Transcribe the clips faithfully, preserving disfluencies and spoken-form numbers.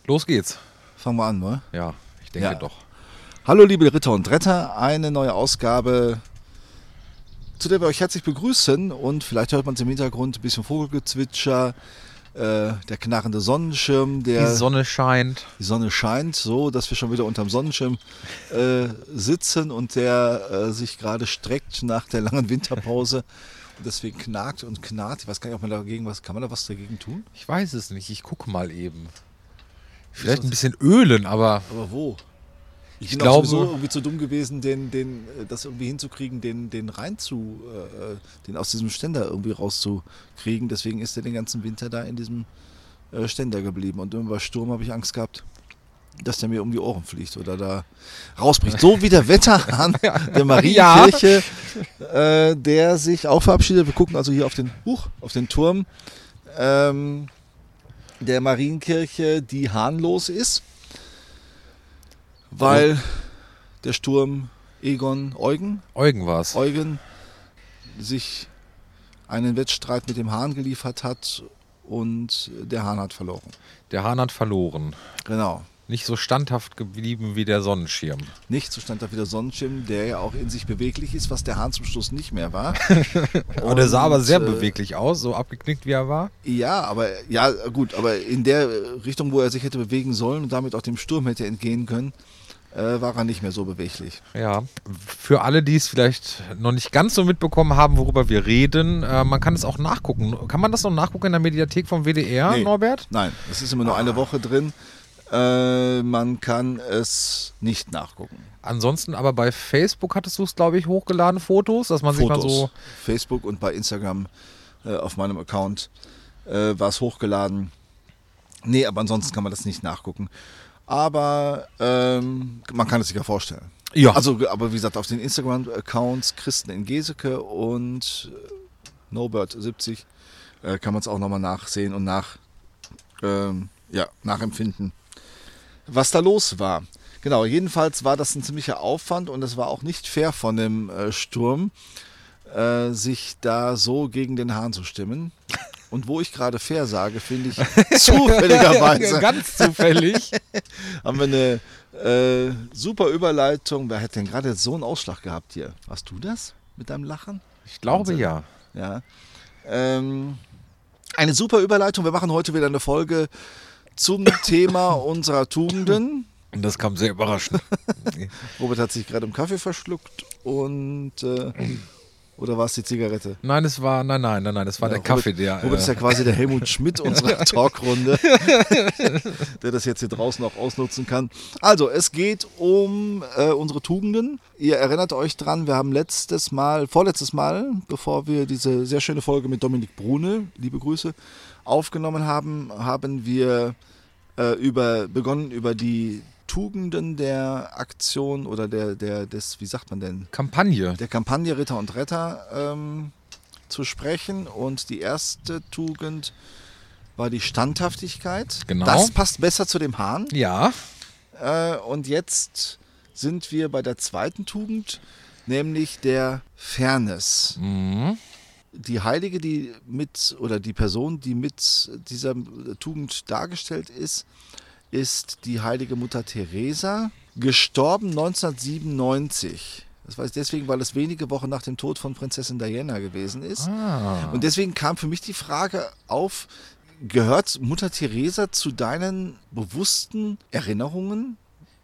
Los geht's. Fangen wir an, ne? Ja, ich denke Ja. doch. Hallo liebe Ritter und Retter, eine neue Ausgabe, zu der wir euch herzlich begrüßen und vielleicht hört man es im Hintergrund, ein bisschen Vogelgezwitscher, äh, der knarrende Sonnenschirm, der Die Sonne scheint. die Sonne scheint so, dass wir schon wieder unterm Sonnenschirm äh, sitzen und der äh, sich gerade streckt nach der langen Winterpause und deswegen knarrt und knarrt. Ich weiß gar nicht, ob man dagegen was, kann man da was dagegen tun? Ich weiß es nicht, ich gucke mal eben. Vielleicht ein bisschen ölen, aber Aber wo? Ich, Ich bin auch glaube- sowieso irgendwie zu dumm gewesen, den, den, äh, das irgendwie hinzukriegen, den, den rein zu, äh, den aus diesem Ständer irgendwie rauszukriegen. Deswegen ist er den ganzen Winter da in diesem äh, Ständer geblieben. Und immer bei Sturm habe ich Angst gehabt, dass der mir um die Ohren fliegt oder da rausbricht. So wie der Wetterhahn der Marienkirche, äh, der sich auch verabschiedet. Wir gucken also hier auf den, huch, auf den Turm ähm, der Marienkirche, die hahnlos ist. Weil der Sturm Egon Eugen, Eugen war's. Eugen sich einen Wettstreit mit dem Hahn geliefert hat und der Hahn hat verloren. Der Hahn hat verloren. Genau. Nicht so standhaft geblieben wie der Sonnenschirm. Nicht so stand da wieder Sonnenschirm, der ja auch in sich beweglich ist, was der Hahn zum Schluss nicht mehr war. Aber der sah aber sehr Und, äh, beweglich aus, so abgeknickt wie er war. Ja, aber ja gut, aber in der Richtung, wo er sich hätte bewegen sollen und damit auch dem Sturm hätte entgehen können, äh, war er nicht mehr so beweglich. Ja, für alle, die es vielleicht noch nicht ganz so mitbekommen haben, worüber wir reden, äh, man kann es auch nachgucken. Kann man das noch nachgucken in der Mediathek vom W D R, Nee. Norbert? Nein, es ist immer nur eine Woche drin. Äh, man kann es nicht nachgucken. Ansonsten aber bei Facebook hattest du es, glaube ich, hochgeladen, Fotos, dass man sich mal so... Facebook und bei Instagram äh, auf meinem Account äh, war es hochgeladen. Nee, aber ansonsten kann man das nicht nachgucken. Aber ähm, man kann es sich ja vorstellen. Ja. Also, aber wie gesagt, auf den Instagram-Accounts Christen in Geseke und äh, Nobert siebzig äh, kann man es auch nochmal nachsehen und nach, ähm, ja, nachempfinden, was da los war. Genau, jedenfalls war das ein ziemlicher Aufwand und es war auch nicht fair von dem äh, Sturm, äh, sich da so gegen den Hahn zu stimmen. Und wo ich gerade fair sage, finde ich zufälligerweise Ganz zufällig. haben wir eine äh, super Überleitung. Wer hat denn gerade so einen Ausschlag gehabt hier? Warst du das mit deinem Lachen? Ich glaube Wahnsinn. ja. Ja. Ähm, eine super Überleitung. Wir machen heute wieder eine Folge zum Thema unserer Tugenden. Und das kam sehr überraschend. Robert hat sich gerade im Kaffee verschluckt und äh, oder war es die Zigarette? Nein, es war, nein, nein, nein, nein, es war Ja, der Kaffee, Robert, der... Robert ist ja äh, quasi der Helmut Schmidt unserer Talkrunde, der das jetzt hier draußen auch ausnutzen kann. Also, es geht um äh, unsere Tugenden. Ihr erinnert euch dran, wir haben letztes Mal, vorletztes Mal, bevor wir diese sehr schöne Folge mit Dominik Brune, liebe Grüße, aufgenommen haben, haben wir äh, über, begonnen über die Tugenden der Aktion oder der, der, des, wie sagt man denn? Kampagne. der Kampagne Ritter und Retter ähm, zu sprechen. Und die erste Tugend war die Standhaftigkeit. Genau. Das passt besser zu dem Hahn. Ja, Äh, und jetzt sind wir bei der zweiten Tugend, nämlich der Fairness. mhm. Die Heilige, die mit, oder die Person, die mit dieser Tugend dargestellt ist, ist die heilige Mutter Teresa, gestorben neunzehnhundertsiebenundneunzig. Das weiß ich deswegen, weil es wenige Wochen nach dem Tod von Prinzessin Diana gewesen ist. Ah. Und deswegen kam für mich die Frage auf, gehört Mutter Teresa zu deinen bewussten Erinnerungen?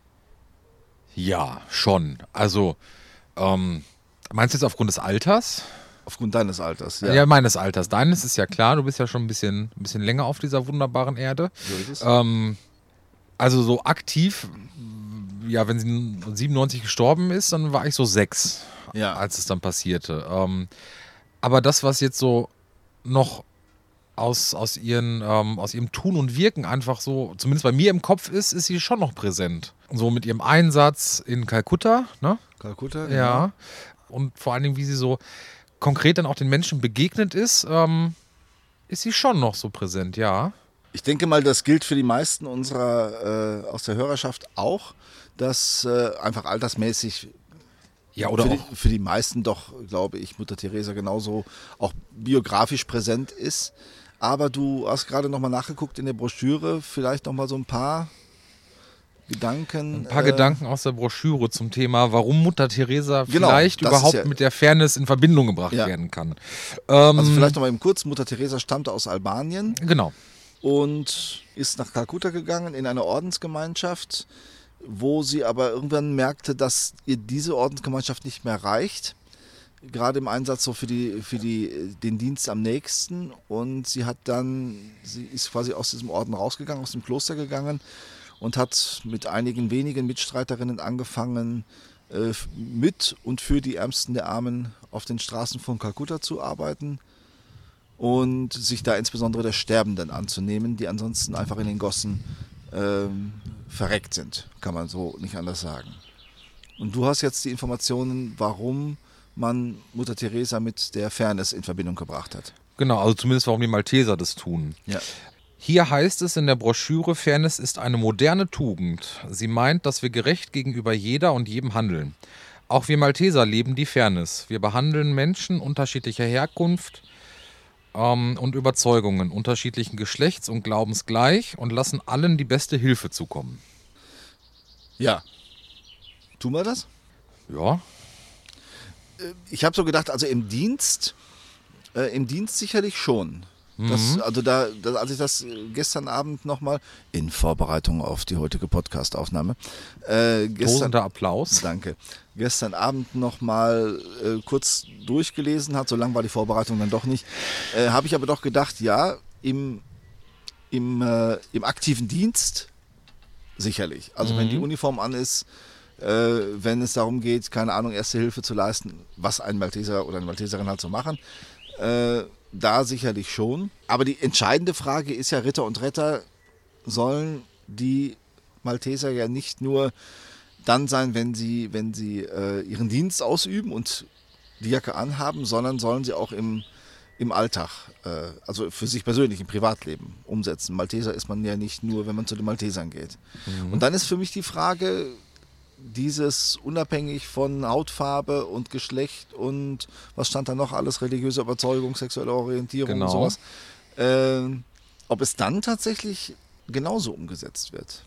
Ja, schon. Also, ähm, meinst du jetzt aufgrund des Alters? Aufgrund deines Alters, Ja, ja. meines Alters. Deines ist ja klar, du bist ja schon ein bisschen, ein bisschen länger auf dieser wunderbaren Erde. So ist es. Ähm, also so aktiv, ja, wenn sie siebenundneunzig gestorben ist, dann war ich so sechs, Ja. als es dann passierte. Ähm, aber das, was jetzt so noch aus, aus, ihren, ähm, aus ihrem Tun und Wirken einfach so, zumindest bei mir im Kopf ist, ist sie schon noch präsent. So mit ihrem Einsatz in Kalkutta, ne? Kalkutta? Ja. Und vor allen Dingen, wie sie so konkret dann auch den Menschen begegnet ist, ähm, ist sie schon noch so präsent, ja. Ich denke mal, das gilt für die meisten unserer äh, aus der Hörerschaft auch, dass äh, einfach altersmäßig Ja, oder für, auch, die, für die meisten doch, glaube ich, Mutter Teresa genauso auch biografisch präsent ist. Aber du hast gerade nochmal nachgeguckt in der Broschüre, vielleicht nochmal so ein paar Gedanken. Ein paar äh, Gedanken aus der Broschüre zum Thema, warum Mutter Teresa Genau, vielleicht das überhaupt ist ja- mit der Fairness in Verbindung gebracht Ja. werden kann. Ähm, Also vielleicht nochmal eben kurz, Mutter Teresa stammte aus Albanien Genau. und ist nach Kalkutta gegangen in eine Ordensgemeinschaft, wo sie aber irgendwann merkte, dass ihr diese Ordensgemeinschaft nicht mehr reicht. Gerade im Einsatz so für die für die den Dienst am nächsten, und sie hat dann sie ist quasi aus diesem Orden rausgegangen, aus dem Kloster gegangen und hat mit einigen wenigen Mitstreiterinnen angefangen, äh, mit und für die Ärmsten der Armen auf den Straßen von Kalkutta zu arbeiten und sich da insbesondere der Sterbenden anzunehmen, die ansonsten einfach in den Gossen ähm, verreckt sind, kann man so nicht anders sagen. Und du hast jetzt die Informationen, warum man Mutter Teresa mit der Fairness in Verbindung gebracht hat. Genau, also zumindest warum die Malteser das tun. Ja. Hier heißt es in der Broschüre, Fairness ist eine moderne Tugend. Sie meint, dass wir gerecht gegenüber jeder und jedem handeln. Auch wir Malteser leben die Fairness. Wir behandeln Menschen unterschiedlicher Herkunft ähm, und Überzeugungen, unterschiedlichen Geschlechts und Glaubens gleich und lassen allen die beste Hilfe zukommen. Ja. Tun wir das? Ja, Ich habe so gedacht, also im Dienst, äh, im Dienst sicherlich schon. Das, also da, da, als ich das gestern Abend nochmal in Vorbereitung auf die heutige Podcast-Aufnahme, äh, gestern, tosender Applaus. danke, gestern Abend nochmal äh, kurz durchgelesen hat, so lang war die Vorbereitung dann doch nicht, äh, habe ich aber doch gedacht, ja, im, im, äh, im aktiven Dienst sicherlich. Also wenn die Uniform an ist, äh, wenn es darum geht, keine Ahnung, Erste Hilfe zu leisten, was ein Malteser oder eine Malteserin halt so machen, äh, da sicherlich schon. Aber die entscheidende Frage ist ja, Ritter und Retter sollen die Malteser ja nicht nur dann sein, wenn sie, wenn sie äh, ihren Dienst ausüben und die Jacke anhaben, sondern sollen sie auch im, im Alltag, äh, also für sich persönlich, im Privatleben umsetzen. Malteser ist man ja nicht nur, wenn man zu den Maltesern geht. Mhm. Und dann ist für mich die Frage, dieses unabhängig von Hautfarbe und Geschlecht und was stand da noch alles, religiöse Überzeugung, sexuelle Orientierung Genau. und sowas, äh, ob es dann tatsächlich genauso umgesetzt wird.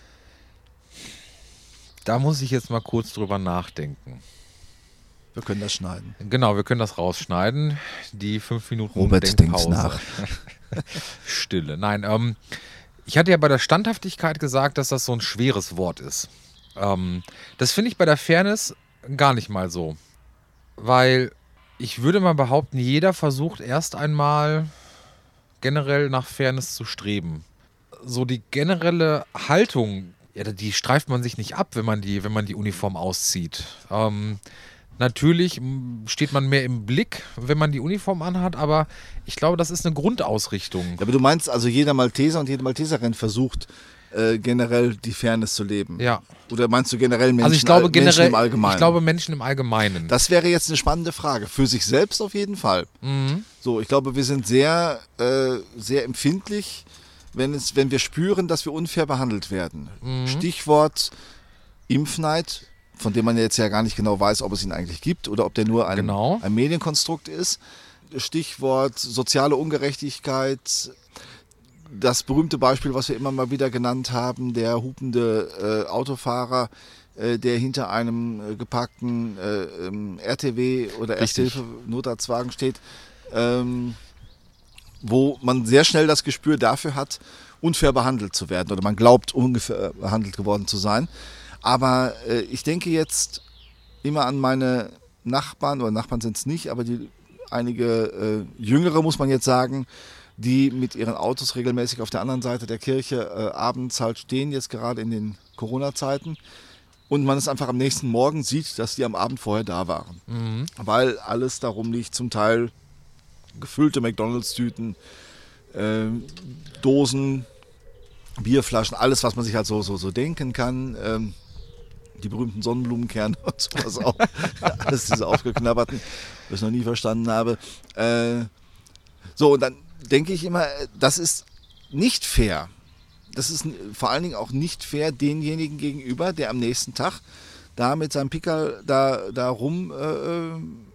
Da muss ich jetzt mal kurz drüber nachdenken. Wir können das schneiden. Genau, wir können das rausschneiden. Die fünf Minuten Robert Denkpause. denkt nach. Stille. Nein, ähm, ich hatte ja bei der Standhaftigkeit gesagt, dass das so ein schweres Wort ist. Ähm, das finde ich bei der Fairness gar nicht mal so. Weil ich würde mal behaupten, jeder versucht erst einmal generell nach Fairness zu streben. So die generelle Haltung, ja, die streift man sich nicht ab, wenn man die, wenn man die Uniform auszieht. Ähm, natürlich steht man mehr im Blick, wenn man die Uniform anhat, aber ich glaube, das ist eine Grundausrichtung. Ja, aber du meinst also, jeder Malteser und jede Malteserin versucht äh, generell die Fairness zu leben? Ja. Oder meinst du generell Menschen, Also ich glaube Menschen generell, im Allgemeinen? ich glaube Menschen im Allgemeinen. Das wäre jetzt eine spannende Frage. Für sich selbst auf jeden Fall. Mhm. So, ich glaube, wir sind sehr, äh, sehr empfindlich, wenn, es, wenn wir spüren, dass wir unfair behandelt werden. Mhm. Stichwort Impfneid, von dem man jetzt ja gar nicht genau weiß, ob es ihn eigentlich gibt oder ob der nur ein, Genau. ein Medienkonstrukt ist. Stichwort soziale Ungerechtigkeit. Das berühmte Beispiel, was wir immer mal wieder genannt haben, der hupende äh, Autofahrer, äh, der hinter einem äh, geparkten äh, ähm, R T W oder Erste-Hilfe-Notarztwagen steht, ähm, wo man sehr schnell das Gespür dafür hat, unfair behandelt zu werden oder man glaubt, ungefähr behandelt geworden zu sein. Aber äh, ich denke jetzt immer an meine Nachbarn, oder Nachbarn sind es nicht, aber die einige äh, Jüngere, muss man jetzt sagen, die mit ihren Autos regelmäßig auf der anderen Seite der Kirche äh, abends halt stehen, jetzt gerade in den Corona-Zeiten. Und man es einfach am nächsten Morgen sieht, dass die am Abend vorher da waren. Mhm. Weil alles darum liegt, zum Teil gefüllte McDonalds-Tüten, äh, Dosen, Bierflaschen, alles, was man sich halt so, so, so denken kann. Ähm, die berühmten Sonnenblumenkerne und sowas auch. Alles diese aufgeknabberten, was ich noch nie verstanden habe. Äh, so, und dann denke ich immer, das ist nicht fair. Das ist vor allen Dingen auch nicht fair denjenigen gegenüber, der am nächsten Tag da mit seinem Pickerl da, da rum äh,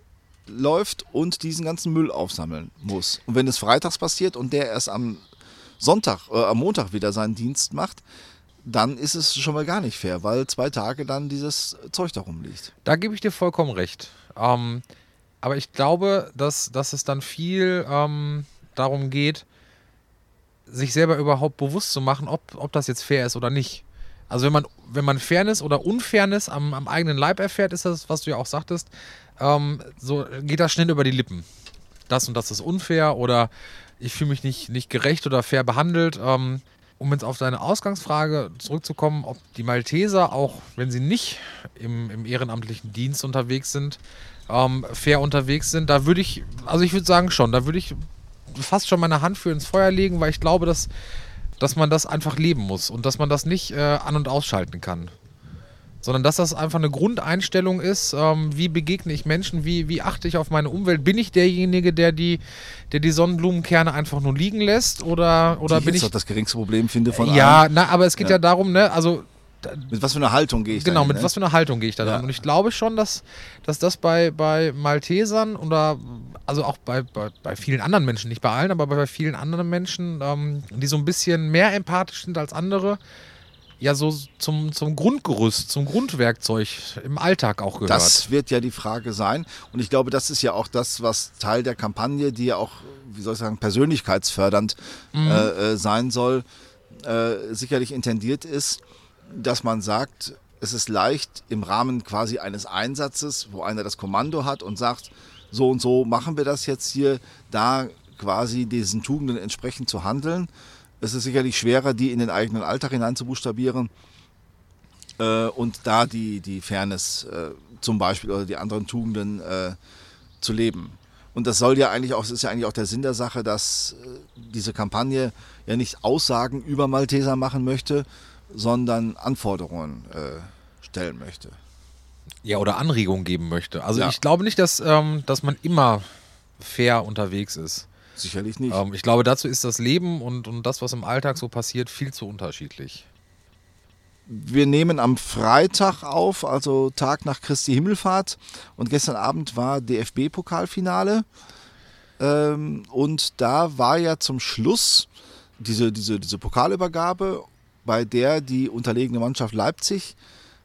läuft und diesen ganzen Müll aufsammeln muss. Und wenn es freitags passiert und der erst am Sonntag, äh, am Montag wieder seinen Dienst macht, dann ist es schon mal gar nicht fair, weil zwei Tage dann dieses Zeug da rumliegt. Da gebe ich dir vollkommen recht. Ähm, aber ich glaube, dass, dass es dann viel ähm, darum geht, sich selber überhaupt bewusst zu machen, ob, ob das jetzt fair ist oder nicht. Also wenn man, wenn man Fairness oder Unfairness am, am eigenen Leib erfährt, ist das, was du ja auch sagtest, ähm, so geht das schnell über die Lippen. Das und das ist unfair oder ich fühle mich nicht, nicht gerecht oder fair behandelt. Ähm, um jetzt auf deine Ausgangsfrage zurückzukommen, ob die Malteser, auch wenn sie nicht im, im ehrenamtlichen Dienst unterwegs sind, ähm, fair unterwegs sind, da würde ich, also ich würde sagen schon, da würde ich fast schon meine Hand für ins Feuer legen, weil ich glaube, dass, dass man das einfach leben muss und dass man das nicht äh, an- und ausschalten kann. Sondern dass das einfach eine Grundeinstellung ist, ähm, wie begegne ich Menschen, wie, wie achte ich auf meine Umwelt. Bin ich derjenige, der die, der die Sonnenblumenkerne einfach nur liegen lässt? Oder, oder die bin ich ich. doch das geringste Problem finde von Ja, allen. na, aber es geht ja, Ja. darum, ne, also. Mit was für einer Haltung gehe ich Genau, dahin, mit ne? was für einer Haltung gehe ich da Ja. dran. Und ich glaube schon, dass, dass das bei, bei Maltesern oder also auch bei, bei, bei vielen anderen Menschen, nicht bei allen, aber bei vielen anderen Menschen, ähm, die so ein bisschen mehr empathisch sind als andere, ja so zum, zum Grundgerüst, zum Grundwerkzeug im Alltag auch gehört. Das wird ja die Frage sein. Und ich glaube, das ist ja auch das, was Teil der Kampagne, die ja auch, wie soll ich sagen, persönlichkeitsfördernd Mhm. äh, äh, sein soll, äh, sicherlich intendiert ist, dass man sagt, es ist leicht im Rahmen quasi eines Einsatzes, wo einer das Kommando hat und sagt, so und so machen wir das jetzt hier, da quasi diesen Tugenden entsprechend zu handeln. Es ist sicherlich schwerer, die in den eigenen Alltag hinein zu buchstabieren äh, und da die, die Fairness äh, zum Beispiel oder die anderen Tugenden äh, zu leben. Und das soll ja eigentlich auch, es ist ja eigentlich auch der Sinn der Sache, dass äh, diese Kampagne ja nicht Aussagen über Malteser machen möchte, sondern Anforderungen äh, stellen möchte. Ja, oder Anregungen geben möchte. Also Ja. ich glaube nicht, dass, ähm, dass man immer fair unterwegs ist. Sicherlich nicht. Ähm, ich glaube, dazu ist das Leben und, und das, was im Alltag so passiert, viel zu unterschiedlich. Wir nehmen am Freitag auf, also Tag nach Christi Himmelfahrt. Und gestern Abend war D F B-Pokalfinale. Ähm, und da war ja zum Schluss diese, diese, diese Pokalübergabe, bei der die unterlegene Mannschaft Leipzig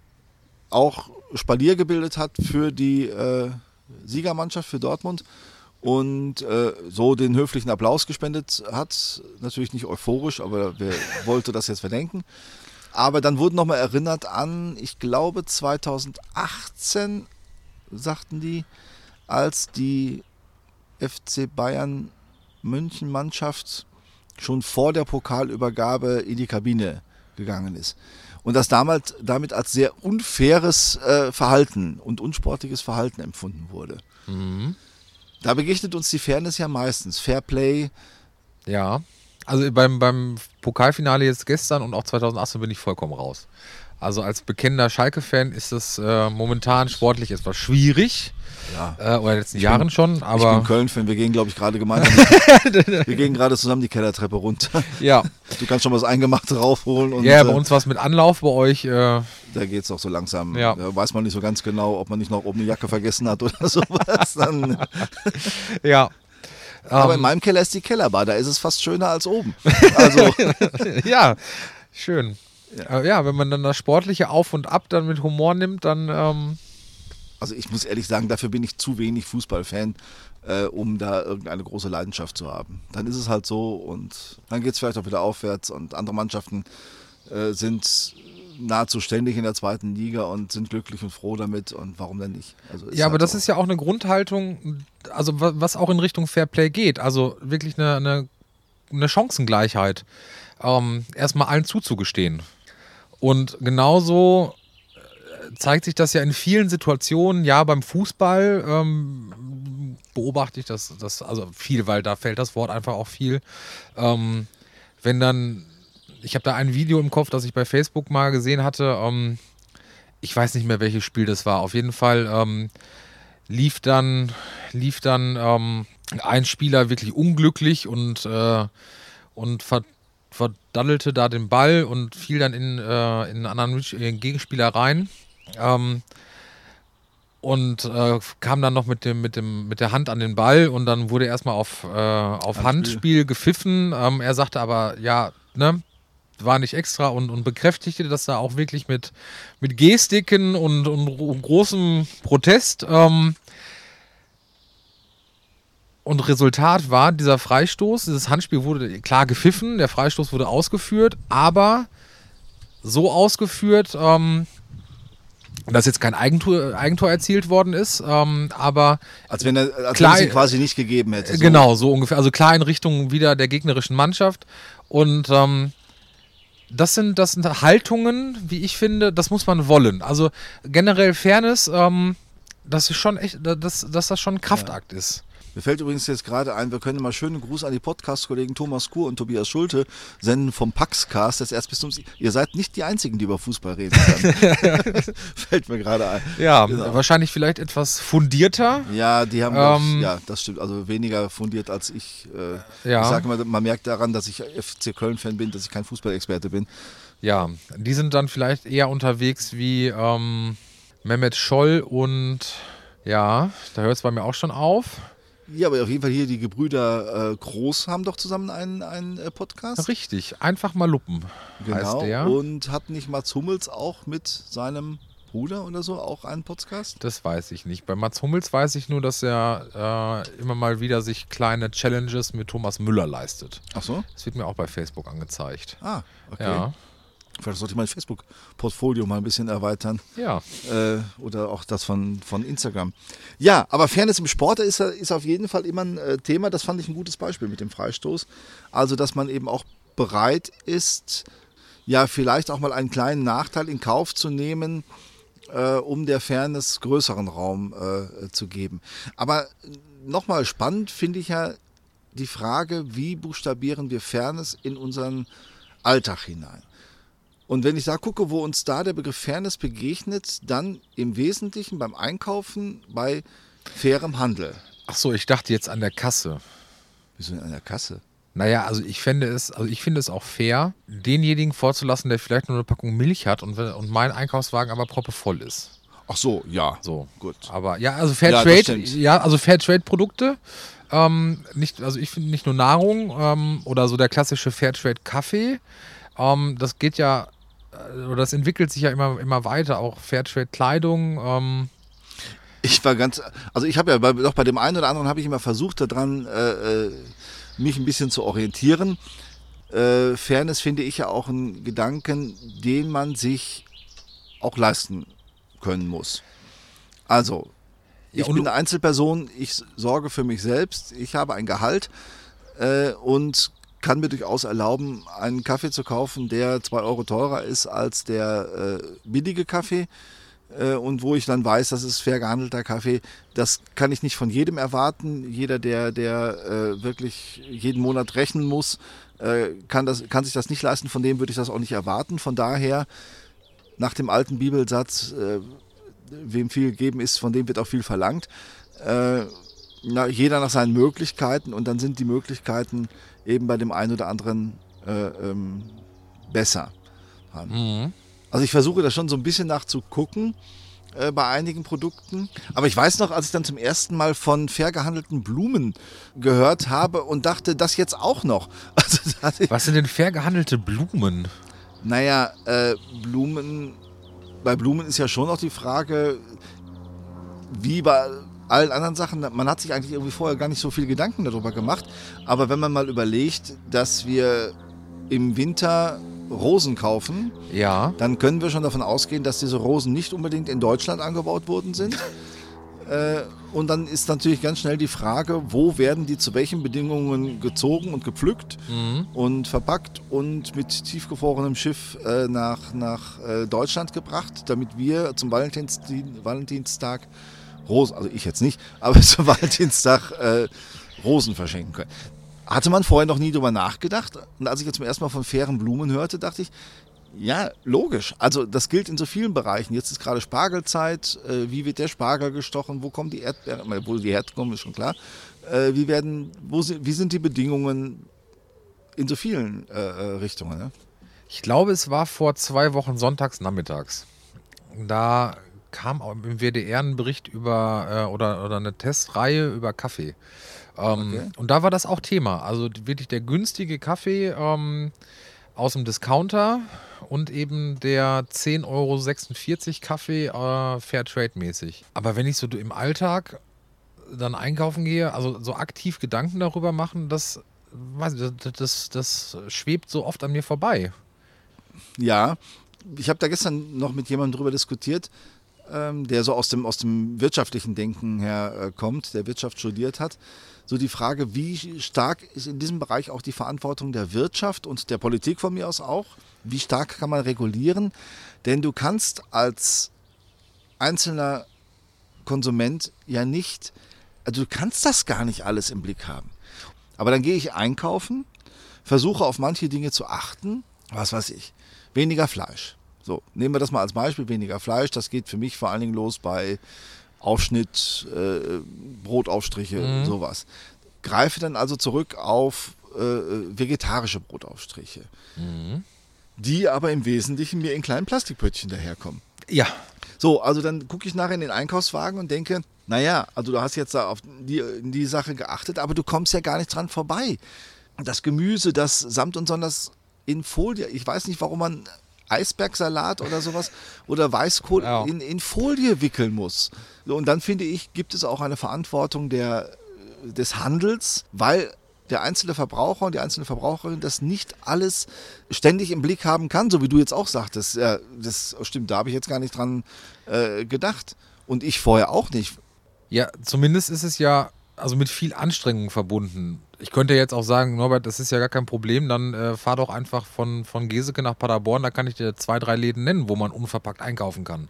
auch Spalier gebildet hat für die äh, Siegermannschaft, für Dortmund. Und äh, so den höflichen Applaus gespendet hat. Natürlich nicht euphorisch, aber wer wollte das jetzt verdenken. Aber dann wurden nochmal erinnert an, ich glaube zweitausendachtzehn, sagten die, als die F C Bayern München Mannschaft schon vor der Pokalübergabe in die Kabine gegangen ist. Und das damals damit als sehr unfaires äh, Verhalten und unsportliches Verhalten empfunden wurde. Mhm. Da begegnet uns die Fairness ja meistens. Fairplay. Ja, also beim, beim Pokalfinale jetzt gestern und auch zweitausendachtzehn bin ich vollkommen raus. Also als bekennender Schalke-Fan ist es äh, momentan sportlich etwas schwierig. Ja. Äh, oder in den letzten Ich Jahren bin- schon, Ich aber bin Köln-Fan, wir gehen, glaube ich, gerade gemeinsam. wir gehen gerade zusammen die Kellertreppe runter. ja. Du kannst schon mal das Eingemachte raufholen. Und, Ja, bei äh, uns war es mit Anlauf, bei euch, äh, Da geht es auch so langsam. Ja. Da weiß man nicht so ganz genau, ob man nicht noch oben eine Jacke vergessen hat oder sowas. Dann, ja. aber in Ähm, meinem Keller ist die Kellerbar, da ist es fast schöner als oben. Also, ja, schön. Ja. Äh, ja, wenn man dann das sportliche Auf und Ab dann mit Humor nimmt, dann ähm, also ich muss ehrlich sagen, dafür bin ich zu wenig Fußballfan, äh, um da irgendeine große Leidenschaft zu haben. Dann ist es halt so und dann geht es vielleicht auch wieder aufwärts und andere Mannschaften äh, sind nahezu ständig in der zweiten Liga und sind glücklich und froh damit und warum denn nicht? Also ist ja, aber halt das so. ist ja auch eine Grundhaltung, also wa- was auch in Richtung Fairplay geht. Also wirklich eine, eine, eine Chancengleichheit. Ähm, erstmal allen zuzugestehen. Und genauso äh, zeigt sich das ja in vielen Situationen, ja, beim Fußball ähm, beobachte ich das, das, also viel, weil da fällt das Wort einfach auch viel. Ähm, wenn dann, ich habe da ein Video im Kopf, das ich bei Facebook mal gesehen hatte, ähm, ich weiß nicht mehr, welches Spiel das war. Auf jeden Fall ähm, lief dann, lief dann ähm, ein Spieler wirklich unglücklich und, äh, und ver, verdaddelte da den Ball und fiel dann in, äh, in einen anderen äh, Gegenspieler rein. Ähm, und äh, kam dann noch mit dem, mit dem, mit der Hand an den Ball und dann wurde erstmal auf, äh, auf Handspiel. Handspiel gepfiffen. Ähm, er sagte aber, ja, ne, war nicht extra und, und bekräftigte das da auch wirklich mit, mit Gestiken und, und, und großem Protest. Ähm, und Resultat war dieser Freistoß, dieses Handspiel wurde klar gepfiffen, der Freistoß wurde ausgeführt, aber so ausgeführt, ähm, dass jetzt kein Eigentor, Eigentor erzielt worden ist, ähm, aber Als wenn er als klar, wenn es ihn quasi nicht gegeben hätte. So. Genau, so ungefähr. Also klar in Richtung wieder der gegnerischen Mannschaft. Und ähm, das sind, das sind Haltungen, wie ich finde, das muss man wollen. Also generell Fairness, ähm, das ist schon echt, dass, dass das schon ein Kraftakt ja. ist. Mir fällt übrigens jetzt gerade ein, wir können mal schönen Gruß an die Podcast-Kollegen Thomas Kuhr und Tobias Schulte senden vom Paxcast des Erzbistums. Ihr seid nicht die Einzigen, die über Fußball reden können. Fällt mir gerade ein. Ja, genau. Wahrscheinlich vielleicht etwas fundierter. Ja, die haben, ähm, ich, ja, das stimmt, also weniger fundiert als ich. Äh, ja. Ich sage immer, man merkt daran, dass ich F C Köln-Fan bin, dass ich kein Fußballexperte bin. Ja, die sind dann vielleicht eher unterwegs wie ähm, Mehmet Scholl und ja, da hört es bei mir auch schon auf. Ja, aber auf jeden Fall hier die Gebrüder äh, Groß haben doch zusammen einen, einen äh, Podcast. Richtig, einfach mal lupen genau. heißt der. Und hat nicht Mats Hummels auch mit seinem Bruder oder so auch einen Podcast? Das weiß ich nicht. Bei Mats Hummels weiß ich nur, dass er äh, immer mal wieder sich kleine Challenges mit Thomas Müller leistet. Ach so? Das wird mir auch bei Facebook angezeigt. Ah, okay. Ja. Vielleicht sollte ich mein Facebook-Portfolio mal ein bisschen erweitern. Ja. Äh, oder auch das von, von Instagram. Ja, aber Fairness im Sport ist, ist auf jeden Fall immer ein äh, Thema. Das fand ich ein gutes Beispiel mit dem Freistoß. Also, dass man eben auch bereit ist, ja, vielleicht auch mal einen kleinen Nachteil in Kauf zu nehmen, äh, um der Fairness größeren Raum äh, zu geben. Aber nochmal spannend finde ich ja die Frage, wie buchstabieren wir Fairness in unseren Alltag hinein? Und wenn ich da gucke, wo uns da der Begriff Fairness begegnet, dann im Wesentlichen beim Einkaufen bei fairem Handel. Ach so, ich dachte jetzt an der Kasse. Wieso denn an der Kasse? Naja, also ich fände es, also ich finde es auch fair, denjenigen vorzulassen, der vielleicht nur eine Packung Milch hat und, und mein Einkaufswagen aber proppevoll ist. Ach so, ja. So, gut. Aber ja, also Fairtrade, ja, ja, also Fairtrade-Produkte, ähm, nicht, also ich finde nicht nur Nahrung ähm, oder so der klassische Fairtrade-Kaffee, ähm, das geht ja, oder das entwickelt sich ja immer, immer weiter, auch Fairtrade-Kleidung. Ähm. Ich war ganz, also ich habe ja bei, doch bei dem einen oder anderen habe ich immer versucht, daran äh, mich ein bisschen zu orientieren. Äh, Fairness finde ich ja auch einen Gedanken, den man sich auch leisten können muss. Also, ich ja, bin eine Einzelperson, ich sorge für mich selbst, ich habe ein Gehalt äh, und kann mir durchaus erlauben, einen Kaffee zu kaufen, der zwei Euro teurer ist als der äh, billige Kaffee äh, und wo ich dann weiß, das ist fair gehandelter Kaffee. Das kann ich nicht von jedem erwarten. Jeder, der, der äh, wirklich jeden Monat rechnen muss, äh, kann, das, kann sich das nicht leisten. Von dem würde ich das auch nicht erwarten. Von daher, nach dem alten Bibelsatz, äh, wem viel gegeben ist, von dem wird auch viel verlangt. Äh, na, jeder nach seinen Möglichkeiten und dann sind die Möglichkeiten eben bei dem einen oder anderen äh, ähm, besser. Mhm. Also ich versuche da schon so ein bisschen nachzugucken äh, bei einigen Produkten. Aber ich weiß noch, als ich dann zum ersten Mal von fair gehandelten Blumen gehört habe und dachte, das jetzt auch noch. Also, was sind denn fair gehandelte Blumen? Naja, äh, Blumen, bei Blumen ist ja schon noch die Frage, wie bei allen anderen Sachen, man hat sich eigentlich irgendwie vorher gar nicht so viel Gedanken darüber gemacht, aber wenn man mal überlegt, dass wir im Winter Rosen kaufen, ja, dann können wir schon davon ausgehen, dass diese Rosen nicht unbedingt in Deutschland angebaut worden sind. äh, und dann ist natürlich ganz schnell die Frage, wo werden die zu welchen Bedingungen gezogen und gepflückt mhm. und verpackt und mit tiefgefrorenem Schiff äh, nach, nach äh, Deutschland gebracht, damit wir zum Valentinstag, Valentinstag Rosen, also ich jetzt nicht, aber zum Valentinstag äh, Rosen verschenken können. Hatte man vorher noch nie drüber nachgedacht? Und als ich jetzt zum ersten Mal von fairen Blumen hörte, dachte ich, ja, logisch. Also das gilt in so vielen Bereichen. Jetzt ist gerade Spargelzeit. Äh, wie wird der Spargel gestochen? Wo kommen die Erdbeeren? Wo die herkommen, ist schon klar. Äh, wie, werden, wo sind, wie sind die Bedingungen in so vielen äh, Richtungen? Ne? Ich glaube, es war vor zwei Wochen sonntags nachmittags. Da kam auch im W D R ein Bericht über äh, oder, oder eine Testreihe über Kaffee. Ähm, Okay. Und da war das auch Thema. Also wirklich der günstige Kaffee ähm, aus dem Discounter und eben der zehn Euro sechsundvierzig Kaffee äh, Fairtrade-mäßig. Aber wenn ich so im Alltag dann einkaufen gehe, also so aktiv Gedanken darüber machen, das, weiß ich, das, das, das schwebt so oft an mir vorbei. Ja, ich habe da gestern noch mit jemandem drüber diskutiert, ähm, der so aus dem, aus dem wirtschaftlichen Denken her äh, kommt, der Wirtschaft studiert hat. So die Frage, wie stark ist in diesem Bereich auch die Verantwortung der Wirtschaft und der Politik von mir aus auch? Wie stark kann man regulieren? Denn du kannst als einzelner Konsument ja nicht, also du kannst das gar nicht alles im Blick haben. Aber dann gehe ich einkaufen, versuche auf manche Dinge zu achten, was weiß ich, weniger Fleisch. So, nehmen wir das mal als Beispiel, weniger Fleisch, das geht für mich vor allen Dingen los bei Aufschnitt, äh, Brotaufstriche, Mhm. sowas. Greife dann also zurück auf äh, vegetarische Brotaufstriche, Mhm. die aber im Wesentlichen mir in kleinen Plastikpöttchen daherkommen. Ja. So, also dann gucke ich nachher in den Einkaufswagen und denke, naja, also du hast jetzt da auf die, die Sache geachtet, aber du kommst ja gar nicht dran vorbei. Das Gemüse, das samt und sonders in Folie, ich weiß nicht, warum man Eisbergsalat oder sowas oder Weißkohl Ja. in, in Folie wickeln muss. So, und dann finde ich, gibt es auch eine Verantwortung der, des Handels, weil der einzelne Verbraucher und die einzelne Verbraucherin das nicht alles ständig im Blick haben kann, so wie du jetzt auch sagtest. Ja, das stimmt, da habe ich jetzt gar nicht dran äh, gedacht. Und ich vorher auch nicht. Ja, zumindest ist es ja also mit viel Anstrengung verbunden. Ich könnte jetzt auch sagen, Norbert, das ist ja gar kein Problem, dann äh, fahr doch einfach von, von Geseke nach Paderborn, da kann ich dir zwei, drei Läden nennen, wo man unverpackt einkaufen kann.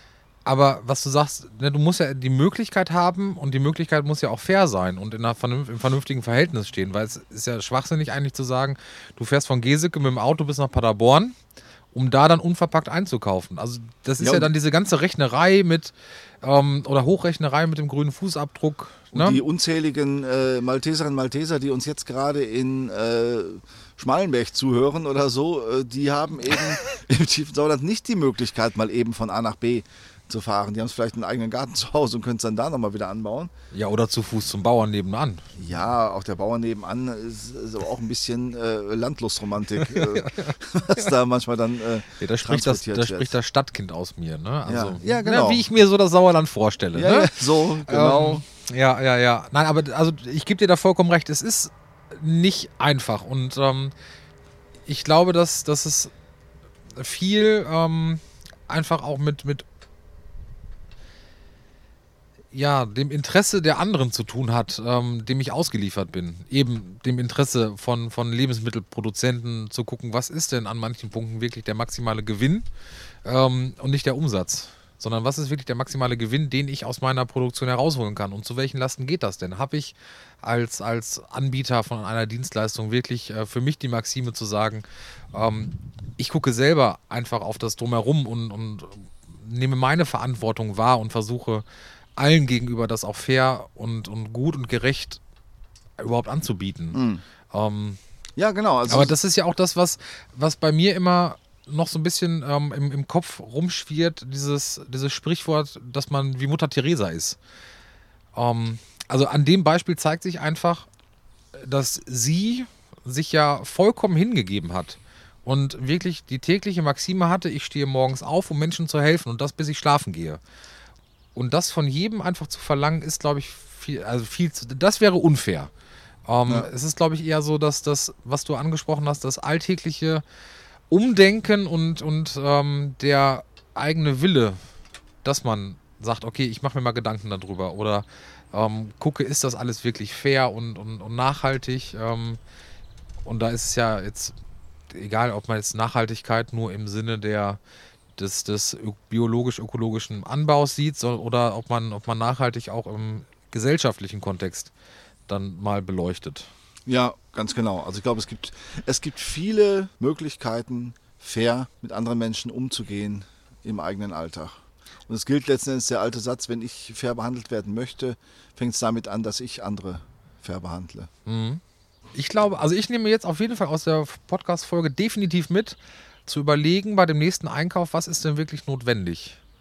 Aber was du sagst, ne, du musst ja die Möglichkeit haben und die Möglichkeit muss ja auch fair sein und in einer vernünf- im vernünftigen Verhältnis stehen, weil es ist ja schwachsinnig eigentlich zu sagen, du fährst von Geseke mit dem Auto bis nach Paderborn, um da dann unverpackt einzukaufen. Also das ist Ja, ja, und- dann diese ganze Rechnerei mit ähm, oder Hochrechnerei mit dem grünen Fußabdruck. Und Ne? die unzähligen äh, Malteserinnen und Malteser, die uns jetzt gerade in äh, Schmalenberg zuhören oder so, äh, die haben eben im tiefen Sauerland nicht die Möglichkeit, mal eben von A nach B zu fahren. Die haben vielleicht einen eigenen Garten zu Hause und können es dann da nochmal wieder anbauen. Ja, oder zu Fuß zum Bauern nebenan. Ja, auch der Bauer nebenan ist, ist aber auch ein bisschen äh, Landlustromantik, äh, was da manchmal dann äh, Ja, da spricht das, transportiert da wird. spricht das Stadtkind aus mir. Ne? Also, Ja, ja, genau. ne, wie ich mir so das Sauerland vorstelle. Ja, ne? ja, so, genau. Ähm, ja, ja, ja. Nein, aber also ich gebe dir da vollkommen recht. Es ist nicht einfach. Und ähm, ich glaube, dass, dass es viel ähm, einfach auch mit, mit ja, dem Interesse der anderen zu tun hat, ähm, dem ich ausgeliefert bin. Eben dem Interesse von, von Lebensmittelproduzenten zu gucken, was ist denn an manchen Punkten wirklich der maximale Gewinn ähm, und nicht der Umsatz. Sondern was ist wirklich der maximale Gewinn, den ich aus meiner Produktion herausholen kann und zu welchen Lasten geht das denn? Habe ich als, als Anbieter von einer Dienstleistung wirklich äh, für mich die Maxime zu sagen, ähm, ich gucke selber einfach auf das Drumherum und, und nehme meine Verantwortung wahr und versuche allen gegenüber das auch fair und, und gut und gerecht überhaupt anzubieten. Mhm. Ähm, Ja, genau. Also aber das ist ja auch das, was, was bei mir immer noch so ein bisschen ähm, im, im Kopf rumschwirrt, dieses, dieses Sprichwort, dass man wie Mutter Teresa ist. Ähm, also an dem Beispiel zeigt sich einfach, dass sie sich ja vollkommen hingegeben hat und wirklich die tägliche Maxime hatte, ich stehe morgens auf, um Menschen zu helfen und das bis ich schlafen gehe. Und das von jedem einfach zu verlangen, ist, glaube ich, viel, also viel zu, das wäre unfair. Ähm, Ja. Es ist, glaube ich, eher so, dass das, was du angesprochen hast, das alltägliche Umdenken und, und ähm, der eigene Wille, dass man sagt, okay, ich mache mir mal Gedanken darüber oder ähm, gucke, ist das alles wirklich fair und, und, und nachhaltig. Ähm, und da ist es ja jetzt egal, ob man jetzt Nachhaltigkeit nur im Sinne der des, des ö- biologisch-ökologischen Anbaus sieht so, oder ob man, ob man nachhaltig auch im gesellschaftlichen Kontext dann mal beleuchtet. Ja, ganz genau. Also ich glaube, es gibt, es gibt viele Möglichkeiten, fair mit anderen Menschen umzugehen im eigenen Alltag. Und es gilt letzten Endes der alte Satz, wenn ich fair behandelt werden möchte, fängt es damit an, dass ich andere fair behandle. Mhm. Ich glaube, also ich nehme jetzt auf jeden Fall aus der Podcast-Folge definitiv mit, zu überlegen bei dem nächsten Einkauf, was ist denn wirklich notwendig?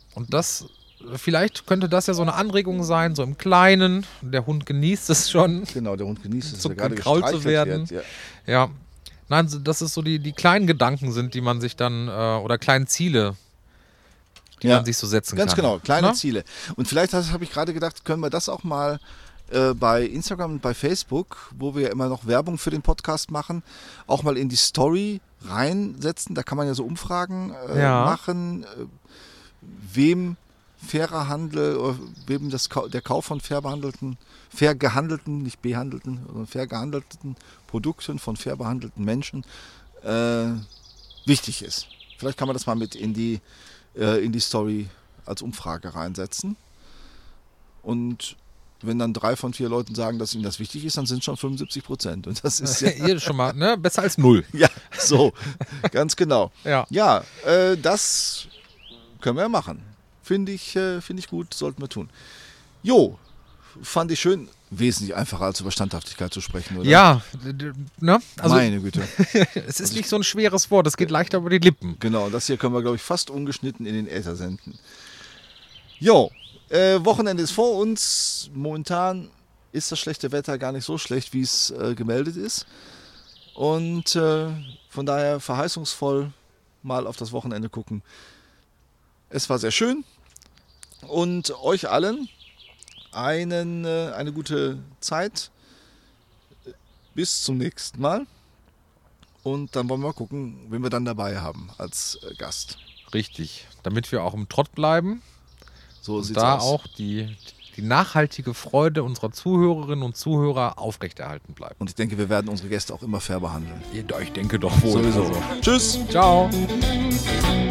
Und das, vielleicht könnte das ja so eine Anregung sein, so im Kleinen. Der Hund genießt es schon. Genau, der Hund genießt es, so ja gerade gekrault zu werden. Wird, ja. ja. Nein, das ist so die, die kleinen Gedanken sind, die man sich dann, äh, oder kleinen Ziele, die ja. man sich so setzen Ganz kann. Ganz genau, kleine Na? Ziele. Und vielleicht habe ich gerade gedacht, können wir das auch mal äh, bei Instagram und bei Facebook, wo wir ja immer noch Werbung für den Podcast machen, auch mal in die Story reinsetzen. Da kann man ja so Umfragen äh, Ja. machen, äh, wem fairer Handel, oder wem das, der Kauf von fair behandelten, fair gehandelten, nicht behandelten, sondern fair gehandelten Produkten von fair behandelten Menschen äh, wichtig ist. Vielleicht kann man das mal mit in die, äh, in die Story als Umfrage reinsetzen. Und wenn dann drei von vier Leuten sagen, dass ihnen das wichtig ist, dann sind es schon fünfundsiebzig Prozent. Und das ist ja Hier schon mal, ne? Besser als null. ja, so, ganz genau. Ja. Ja, äh, das können wir machen. Finde ich, äh, finde ich gut, sollten wir tun. Jo, fand ich schön. Wesentlich einfacher als über Standhaftigkeit zu sprechen, oder? Ja, d- d- ne? Also, Meine Güte. es ist nicht so ein schweres Wort, es geht leichter über die Lippen. Genau, und das hier können wir, glaube ich, fast ungeschnitten in den Äther senden. Jo, äh, Wochenende ist vor uns. Momentan ist das schlechte Wetter gar nicht so schlecht, wie es äh, gemeldet ist. Und äh, von daher verheißungsvoll mal auf das Wochenende gucken. Es war sehr schön. Und euch allen einen, äh, eine gute Zeit. Bis zum nächsten Mal. Und dann wollen wir mal gucken, wen wir dann dabei haben als äh, Gast. Richtig, damit wir auch im Trott bleiben. So Und sieht's da aus. auch die, die nachhaltige Freude unserer Zuhörerinnen und Zuhörer aufrechterhalten bleibt. Und ich denke, wir werden unsere Gäste auch immer fair behandeln. Ich denke doch wohl. Sowieso. Also. Tschüss. Ciao.